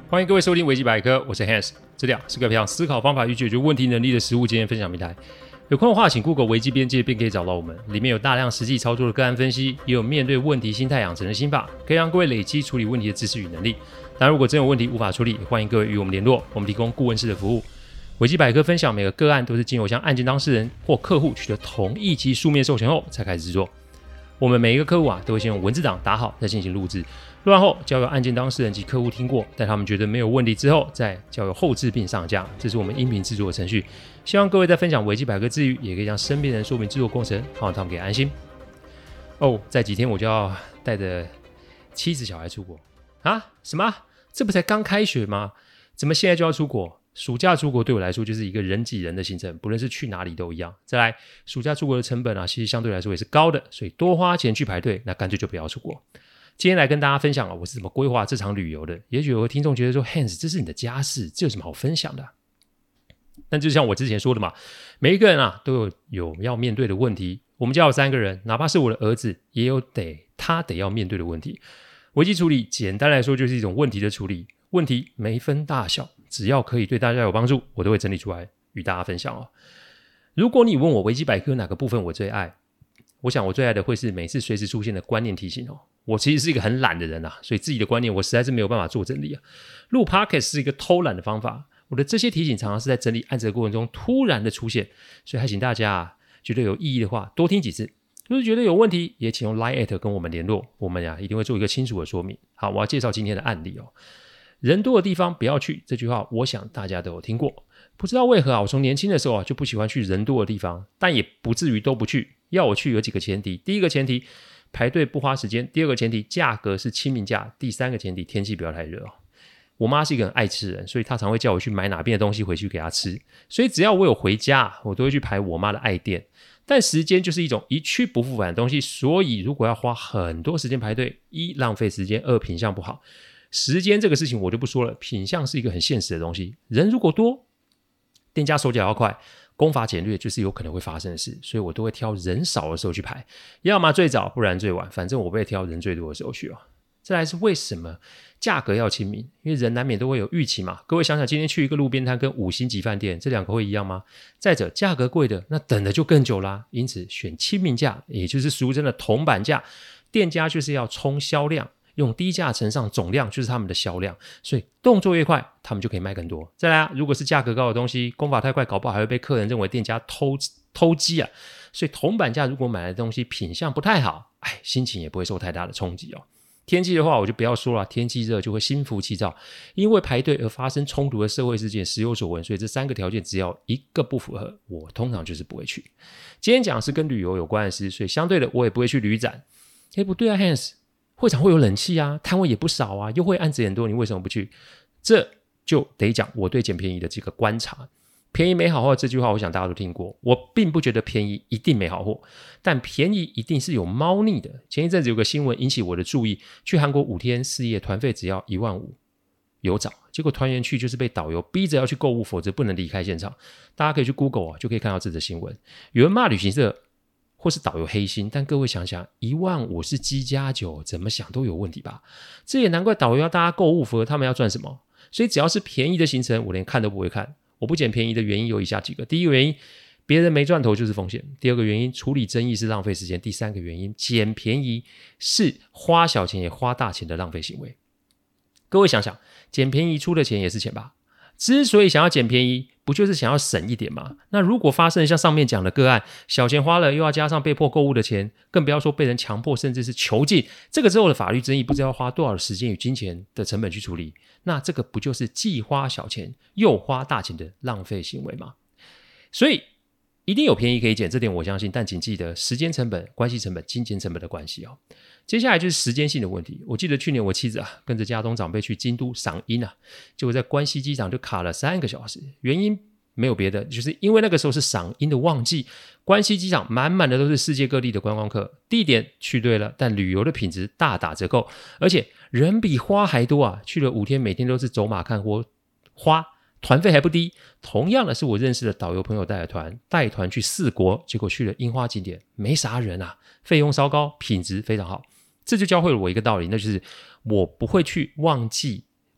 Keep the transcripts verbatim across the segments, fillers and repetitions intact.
欢迎各位收听维基百科，我是 Hans， 这里是个培养思考方法与解决问题能力的实务经验分享平台。有空的话，请 Google 维基边界便可以找到我们，里面有大量实际操作的个案分析，也有面对问题心态养成的心法，可以让各位累积处理问题的知识与能力。当然，如果真有问题无法处理，也欢迎各位与我们联络，我们提供顾问式的服务。维基百科分享每个个案都是经由向案件当事人或客户取得同意及书面授权后才开始制作。我们每一个客户啊，都会先用文字档打好，再进行录制。录完后交由案件当事人及客户听过，待他们觉得没有问题之后，再交由后制并上架。这是我们音频制作的程序。希望各位在分享维基百科之余，也可以向身边人说明制作过程，好让他们可以安心。哦，在几天我就要带着妻子小孩出国啊？什么？这不才刚开学吗？怎么现在就要出国？暑假出国对我来说就是一个人挤人的行程，不论是去哪里都一样。再来，暑假出国的成本啊，其实相对来说也是高的，所以多花钱去排队，那干脆就不要出国。今天来跟大家分享啊，我是怎么规划这场旅游的。也许有的听众觉得说 Hans 这是你的家事，这有什么好分享的啊？但就像我之前说的嘛，每一个人啊都有有要面对的问题。我们家有三个人，哪怕是我的儿子，也有得他得要面对的问题。危机处理简单来说就是一种问题的处理，问题没分大小，只要可以对大家有帮助，我都会整理出来与大家分享哦。如果你问我维基百科哪个部分我最爱，我想我最爱的会是每次随时出现的观念提醒哦。我其实是一个很懒的人啊，所以自己的观念我实在是没有办法做整理啊。录 Podcast 是一个偷懒的方法，我的这些提醒常常是在整理案子的过程中突然的出现，所以还请大家啊，觉得有意义的话多听几次。如果觉得有问题，也请用 Line@ 跟我们联络，我们呀、啊、一定会做一个清楚的说明。好，我要介绍今天的案例哦。人多的地方不要去，这句话我想大家都有听过。不知道为何啊，我从年轻的时候啊就不喜欢去人多的地方，但也不至于都不去。要我去有几个前提，第一个前提排队不花时间，第二个前提价格是亲民价，第三个前提天气不要太热哦。我妈是一个很爱吃的人，所以她常会叫我去买哪边的东西回去给她吃，所以只要我有回家，我都会去排我妈的爱店。但时间就是一种一去不复返的东西，所以如果要花很多时间排队，一浪费时间，二品相不好。时间这个事情我就不说了，品相是一个很现实的东西。人如果多，店家手脚要快，功法简略就是有可能会发生的事，所以我都会挑人少的时候去排，要么最早，不然最晚，反正我会挑人最多的时候去哦。再来是为什么价格要亲民？因为人难免都会有预期嘛。各位想想，今天去一个路边摊跟五星级饭店，这两个会一样吗？再者，价格贵的那等的就更久啦。因此选亲民价，也就是俗称的铜板价，店家就是要冲销量，用低价乘上总量就是他们的销量，所以动作越快，他们就可以卖更多。再来啊，如果是价格高的东西，功法太快，搞不好还会被客人认为店家偷偷鸡啊。所以铜板价如果买来的东西品相不太好，哎，心情也不会受太大的冲击哦。天气的话我就不要说了，天气热就会心浮气躁，因为排队而发生冲突的社会事件时有所闻，所以这三个条件只要一个不符合，我通常就是不会去。今天讲的是跟旅游有关的事，所以相对的我也不会去旅展。诶，不对啊 Hans， 会场会有冷气啊，摊位也不少啊，优惠案子很多，你为什么不去？这就得讲我对捡便宜的这个观察。便宜没好货这句话我想大家都听过，我并不觉得便宜一定没好货，但便宜一定是有猫腻的。前一阵子有个新闻引起我的注意，去韩国五天四夜团费只要一万五，有找，结果团员去就是被导游逼着要去购物，否则不能离开现场。大家可以去 Google 啊，就可以看到这则新闻。有人骂旅行社或是导游黑心，但各位想想，一万五是机加酒，怎么想都有问题吧？这也难怪导游要大家购物，否则他们要赚什么？所以只要是便宜的行程，我连看都不会看。我不捡便宜的原因有以下几个：第一个原因，别人没赚头就是风险；第二个原因，处理争议是浪费时间；第三个原因，捡便宜是花小钱也花大钱的浪费行为。各位想想，捡便宜出的钱也是钱吧？之所以想要捡便宜，不就是想要省一点吗？那如果发生像上面讲的个案，小钱花了又要加上被迫购物的钱，更不要说被人强迫甚至是囚禁，这个之后的法律争议不知道要花多少时间与金钱的成本去处理，那这个不就是既花小钱又花大钱的浪费行为吗？所以一定有便宜可以捡，这点我相信，但请记得时间成本、关系成本、金钱成本的关系哦。接下来就是时间性的问题。我记得去年我妻子啊跟着家中长辈去京都赏樱啊，结果在关西机场就卡了三个小时，原因没有别的，就是因为那个时候是赏樱的旺季，关西机场满满的都是世界各地的观光客，地点去对了，但旅游的品质大打折扣，而且人比花还多啊！去了五天，每天都是走马看花，花团费还不低。同样的是我认识的导游朋友带的团，带团去四国，结果去了樱花景点，没啥人啊，费用稍高，品质非常好。这就教会了我一个道理，那就是我不会去旺季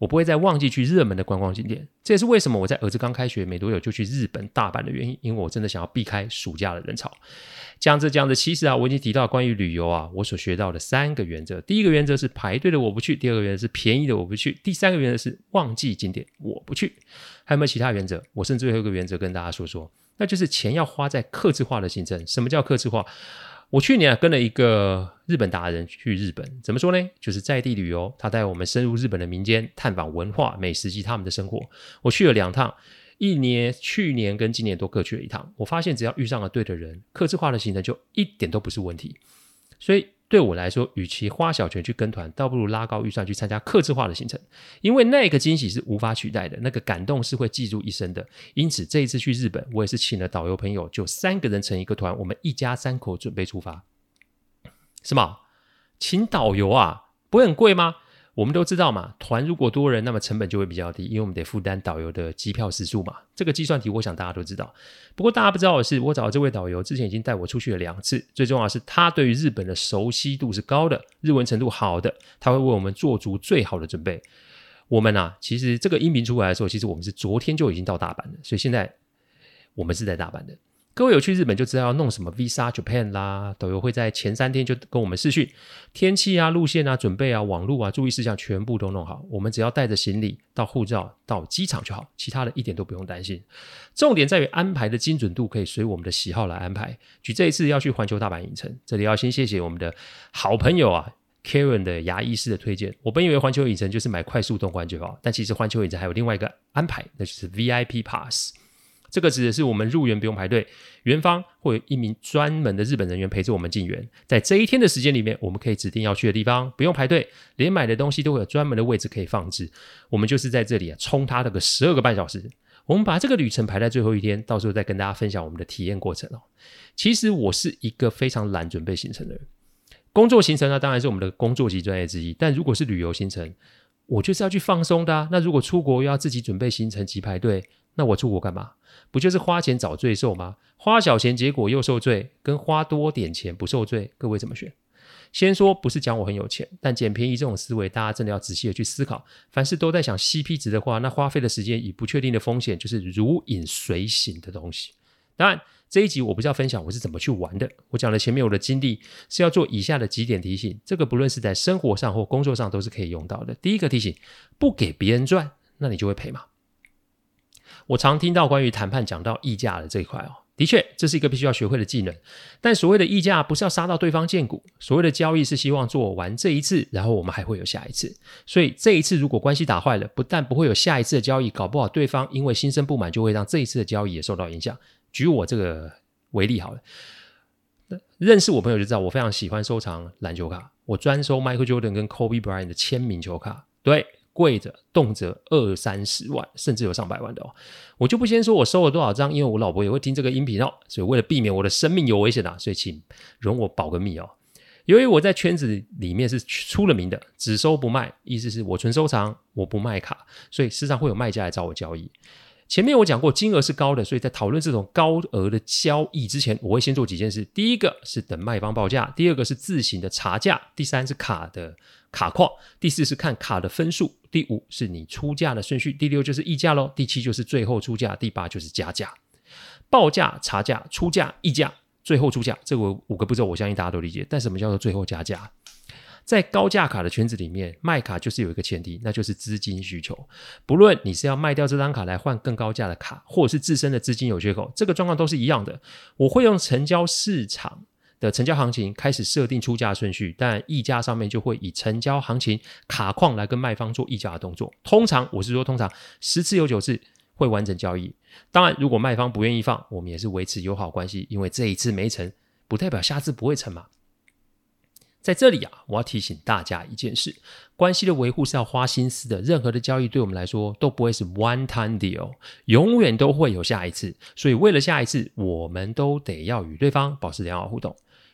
我不会再忘记去热门的观光景点。这也是为什么我在儿子刚开学没多久就去日本大阪的原因，因为我真的想要避开暑假的人潮。讲着讲着，其实啊，我已经提到关于旅游啊，我所学到的三个原则。第一个原则是排队的我不去，第二个原则是便宜的我不去，第三个原则是忘记景点我不去。还有没有其他原则？我甚至最后一个原则跟大家说说，那就是钱要花在客制化的行程。什么叫客制化？我去年啊跟了一个日本达人去日本，怎么说呢？就是在地旅游，他带我们深入日本的民间，探访文化、美食及他们的生活。我去了两趟，一年去年跟今年都各去了一趟。我发现只要遇上了对的人，客制化的行程就一点都不是问题。所以对我来说，与其花小钱去跟团，倒不如拉高预算去参加客制化的行程，因为那个惊喜是无法取代的，那个感动是会记住一生的。因此这一次去日本，我也是请了导游朋友，就三个人成一个团，我们一家三口准备出发。什么？请导游啊？不会很贵吗？我们都知道嘛，团如果多人，那么成本就会比较低，因为我们得负担导游的机票时数嘛。这个计算题我想大家都知道。不过大家不知道的是，我找的这位导游之前已经带我出去了两次，最重要的是他对于日本的熟悉度是高的，日文程度好的，他会为我们做足最好的准备。我们啊，其实这个音频出来的时候，其实我们是昨天就已经到大阪了，所以现在我们是在大阪的。各位有去日本就知道要弄什么 Visa Japan 啦，导游会在前三天就跟我们视讯，天气啊、路线啊、准备啊、网路啊、注意事项全部都弄好，我们只要带着行李到护照到机场就好，其他的一点都不用担心。重点在于安排的精准度可以随我们的喜好来安排。举这一次要去环球大阪影城，这里要先谢谢我们的好朋友啊 Karen 的牙医师的推荐。我本以为环球影城就是买快速通关就好，但其实环球影城还有另外一个安排，那就是 V I P Pass。这个指的是我们入园不用排队，园方会有一名专门的日本人员陪着我们进园，在这一天的时间里面，我们可以指定要去的地方，不用排队，连买的东西都会有专门的位置可以放置。我们就是在这里啊，冲它那个十二个半小时。我们把这个旅程排在最后一天，到时候再跟大家分享我们的体验过程哦。其实我是一个非常懒准备行程的人，工作行程呢，当然是我们的工作级专业之一，但如果是旅游行程，我就是要去放松的啊。那如果出国又要自己准备行程及排队，那我出国干嘛？不就是花钱找罪受吗？花小钱结果又受罪，跟花多点钱不受罪，各位怎么选？先说不是讲我很有钱，但捡便宜这种思维大家真的要仔细的去思考。凡事都在想 C P 值的话，那花费的时间以不确定的风险就是如影随形的东西。当然这一集我不是要分享我是怎么去玩的，我讲了前面我的经历是要做以下的几点提醒，这个不论是在生活上或工作上都是可以用到的。第一个提醒，不给别人赚，那你就会赔嘛。我常听到关于谈判讲到议价的这一块哦，的确这是一个必须要学会的技能，但所谓的议价不是要杀到对方见骨，所谓的交易是希望做完这一次，然后我们还会有下一次，所以这一次如果关系打坏了，不但不会有下一次的交易，搞不好对方因为心生不满就会让这一次的交易也受到影响。举我这个为例好了，认识我朋友就知道我非常喜欢收藏篮球卡，我专收 Michael Jordan 跟 Kobe Bryant 的签名球卡，对，贵的动辄二三十万，甚至有上百万的哦。我就不先说我收了多少张，因为我老婆也会听这个音频哦，所以为了避免我的生命有危险啊，所以请容我保个密哦。由于我在圈子里面是出了名的，只收不卖，意思是我纯收藏，我不卖卡，所以时常会有卖家来找我交易。前面我讲过金额是高的，所以在讨论这种高额的交易之前，我会先做几件事。第一个是等卖方报价，第二个是自行的查价，第三是卡的卡况，第四是看卡的分数，第五是你出价的顺序，第六就是议价咯，第七就是最后出价，第八就是加价。报价、查价、出价、议价、最后出价，这个五个步骤我相信大家都理解，但什么叫做最后加价？在高价卡的圈子里面，卖卡就是有一个前提，那就是资金需求。不论你是要卖掉这张卡来换更高价的卡，或者是自身的资金有缺口，这个状况都是一样的。我会用成交市场的成交行情开始设定出价顺序，但议价上面就会以成交行情卡况来跟卖方做议价的动作。通常我是说通常十次有九次会完成交易。当然如果卖方不愿意放，我们也是维持友好关系，因为这一次没成不代表下次不会成嘛。在这里啊，我要提醒大家一件事，关系的维护是要花心思的，任何的交易对我们来说都不会是 one time deal， 永远都会有下一次，所以为了下一次，我们都得要与对方保持良好互动。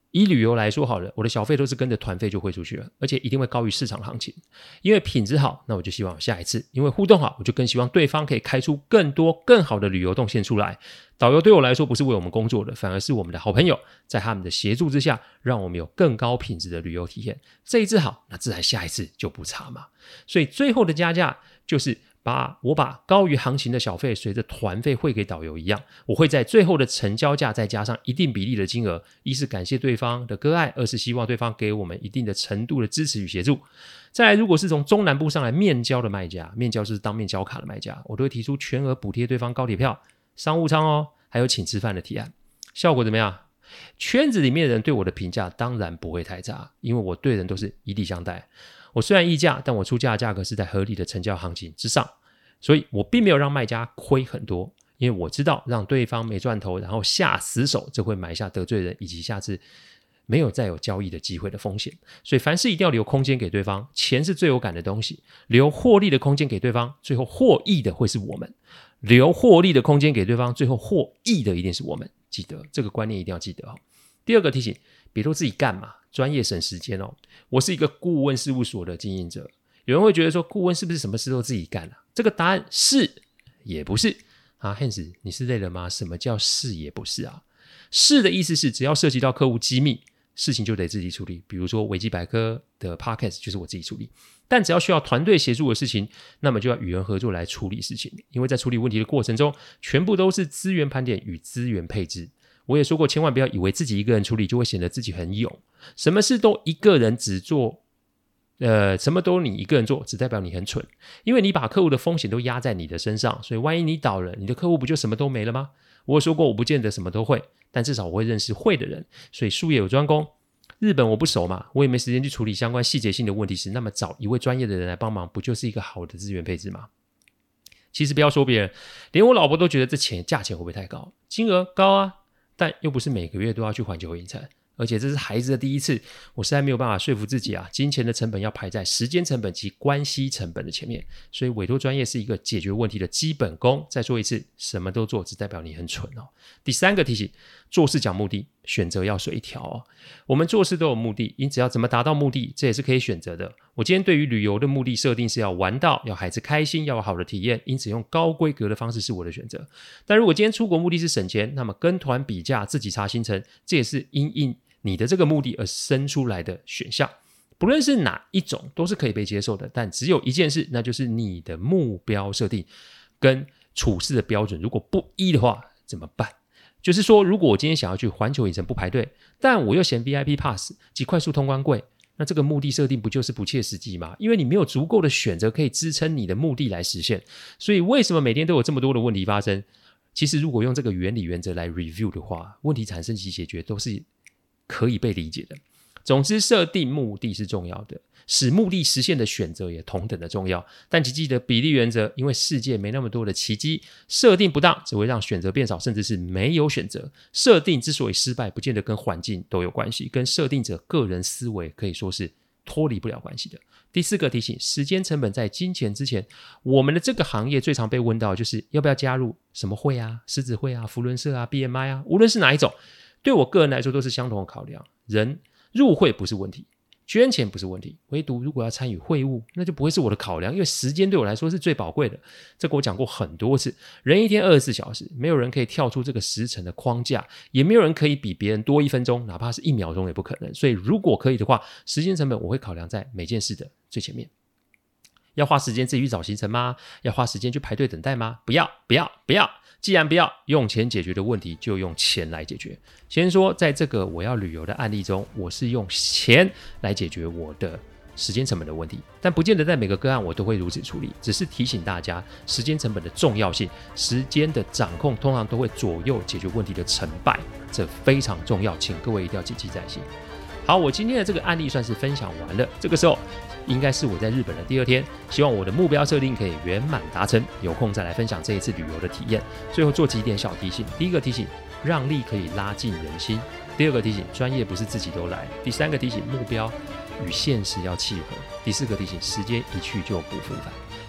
以旅游来说好了，我的小费都是跟着团费就汇出去了，而且一定会高于市场行情。因为品质好，那我就希望有下一次；因为互动好，我就更希望对方可以开出更多更好的旅游动线出来。导游对我来说不是为我们工作的，反而是我们的好朋友，在他们的协助之下，让我们有更高品质的旅游体验。这一次好，那自然下一次就不差嘛。所以最后的加价就是把我把高于行情的小费随着团费汇给导游一样，我会在最后的成交价再加上一定比例的金额，一是感谢对方的割爱，二是希望对方给我们一定的程度的支持与协助。再来，如果是从中南部上来面交的卖家，面交就是当面交卡的卖家，我都会提出全额补贴对方高铁票、商务舱哦，还有请吃饭的提案。效果怎么样？圈子里面的人对我的评价当然不会太差，因为我对人都是以礼相待。我虽然议价，但我出价的价格是在合理的成交行情之上，所以我并没有让卖家亏很多，因为我知道让对方没赚头，然后下死手，这会埋下得罪人以及下次没有再有交易的机会的风险。所以凡事一定要留空间给对方，钱是最有感的东西，留获利的空间给对方，最后获益的会是我们。留获利的空间给对方，最后获益的一定是我们。记得这个观念一定要记得哦。第二个提醒，别都自己干嘛，专业省时间哦。我是一个顾问事务所的经营者，有人会觉得说顾问是不是什么事都自己干啊？这个答案是也不是啊。 Hans 你是累了吗？什么叫是也不是啊？是的意思是只要涉及到客户机密，事情就得自己处理，比如说维基百科的 podcast 就是我自己处理，但只要需要团队协助的事情，那么就要与人合作来处理事情，因为在处理问题的过程中，全部都是资源盘点与资源配置。我也说过，千万不要以为自己一个人处理就会显得自己很勇，什么事都一个人只做，呃，什么都你一个人做，只代表你很蠢，因为你把客户的风险都压在你的身上，所以万一你倒了，你的客户不就什么都没了吗？我有说过，我不见得什么都会，但至少我会认识会的人，所以术业有专攻。日本我不熟嘛，我也没时间去处理相关细节性的问题时，那么找一位专业的人来帮忙，不就是一个好的资源配置吗？其实不要说别人，连我老婆都觉得这钱价钱会不会太高？金额高啊，但又不是每个月都要去环球影城，而且这是孩子的第一次，我实在没有办法说服自己啊，金钱的成本要排在时间成本及关系成本的前面，所以委托专业是一个解决问题的基本功。再说一次，什么都做只代表你很蠢哦。第三个提醒，做事讲目的，选择要随条哦。我们做事都有目的，因此要怎么达到目的，这也是可以选择的。我今天对于旅游的目的设定是要玩到，要孩子开心，要有好的体验，因此用高规格的方式是我的选择。但如果今天出国目的是省钱，那么跟团比价，自己查行程，这也是因应你的这个目的而生出来的选项。不论是哪一种都是可以被接受的，但只有一件事，那就是你的目标设定跟处事的标准如果不一的话怎么办？就是说，如果我今天想要去环球影城不排队，但我又嫌 V I P Pass 及快速通关贵，那这个目的设定不就是不切实际吗？因为你没有足够的选择可以支撑你的目的来实现。所以为什么每天都有这么多的问题发生？其实如果用这个原理原则来 review 的话，问题产生及解决都是可以被理解的。总之，设定目的是重要的，使目的实现的选择也同等的重要。但请记得比例原则，因为世界没那么多的奇迹，设定不当只会让选择变少，甚至是没有选择。设定之所以失败，不见得跟环境都有关系，跟设定者个人思维可以说是脱离不了关系的。第四个提醒，时间成本在金钱之前。我们的这个行业最常被问到就是要不要加入什么会啊，狮子会啊，福伦社啊， B M I 啊，无论是哪一种，对我个人来说都是相同的考量。人入会不是问题，捐钱不是问题，唯独如果要参与会务，那就不会是我的考量，因为时间对我来说是最宝贵的。这个我讲过很多次，人一天二十四小时，没有人可以跳出这个时辰的框架，也没有人可以比别人多一分钟，哪怕是一秒钟也不可能。所以如果可以的话，时间成本我会考量在每件事的最前面。要花时间自己去找行程吗？要花时间去排队等待吗？不要不要不要，既然不要用钱解决的问题，就用钱来解决。先说在这个我要旅游的案例中，我是用钱来解决我的时间成本的问题，但不见得在每个个案我都会如此处理，只是提醒大家时间成本的重要性。时间的掌控通常都会左右解决问题的成败，这非常重要，请各位一定要谨记在心。好，我今天的这个案例算是分享完了，这个时候应该是我在日本的第二天，希望我的目标设定可以圆满达成，有空再来分享这一次旅游的体验。最后做几点小提醒，第一个提醒，让利可以拉近人心；第二个提醒，专业不是自己都来；第三个提醒，目标与现实要契合；第四个提醒，时间一去就不复返。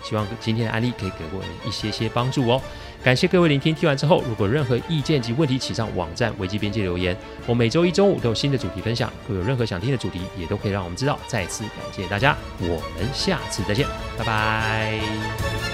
希望今天的案例可以给各位一些些帮助哦。感谢各位聆听，听完之后如果有任何意见及问题，请上网站危机边界留言。我每周一中午都有新的主题分享，如果有任何想听的主题，也都可以让我们知道。再次感谢大家，我们下次再见，拜拜。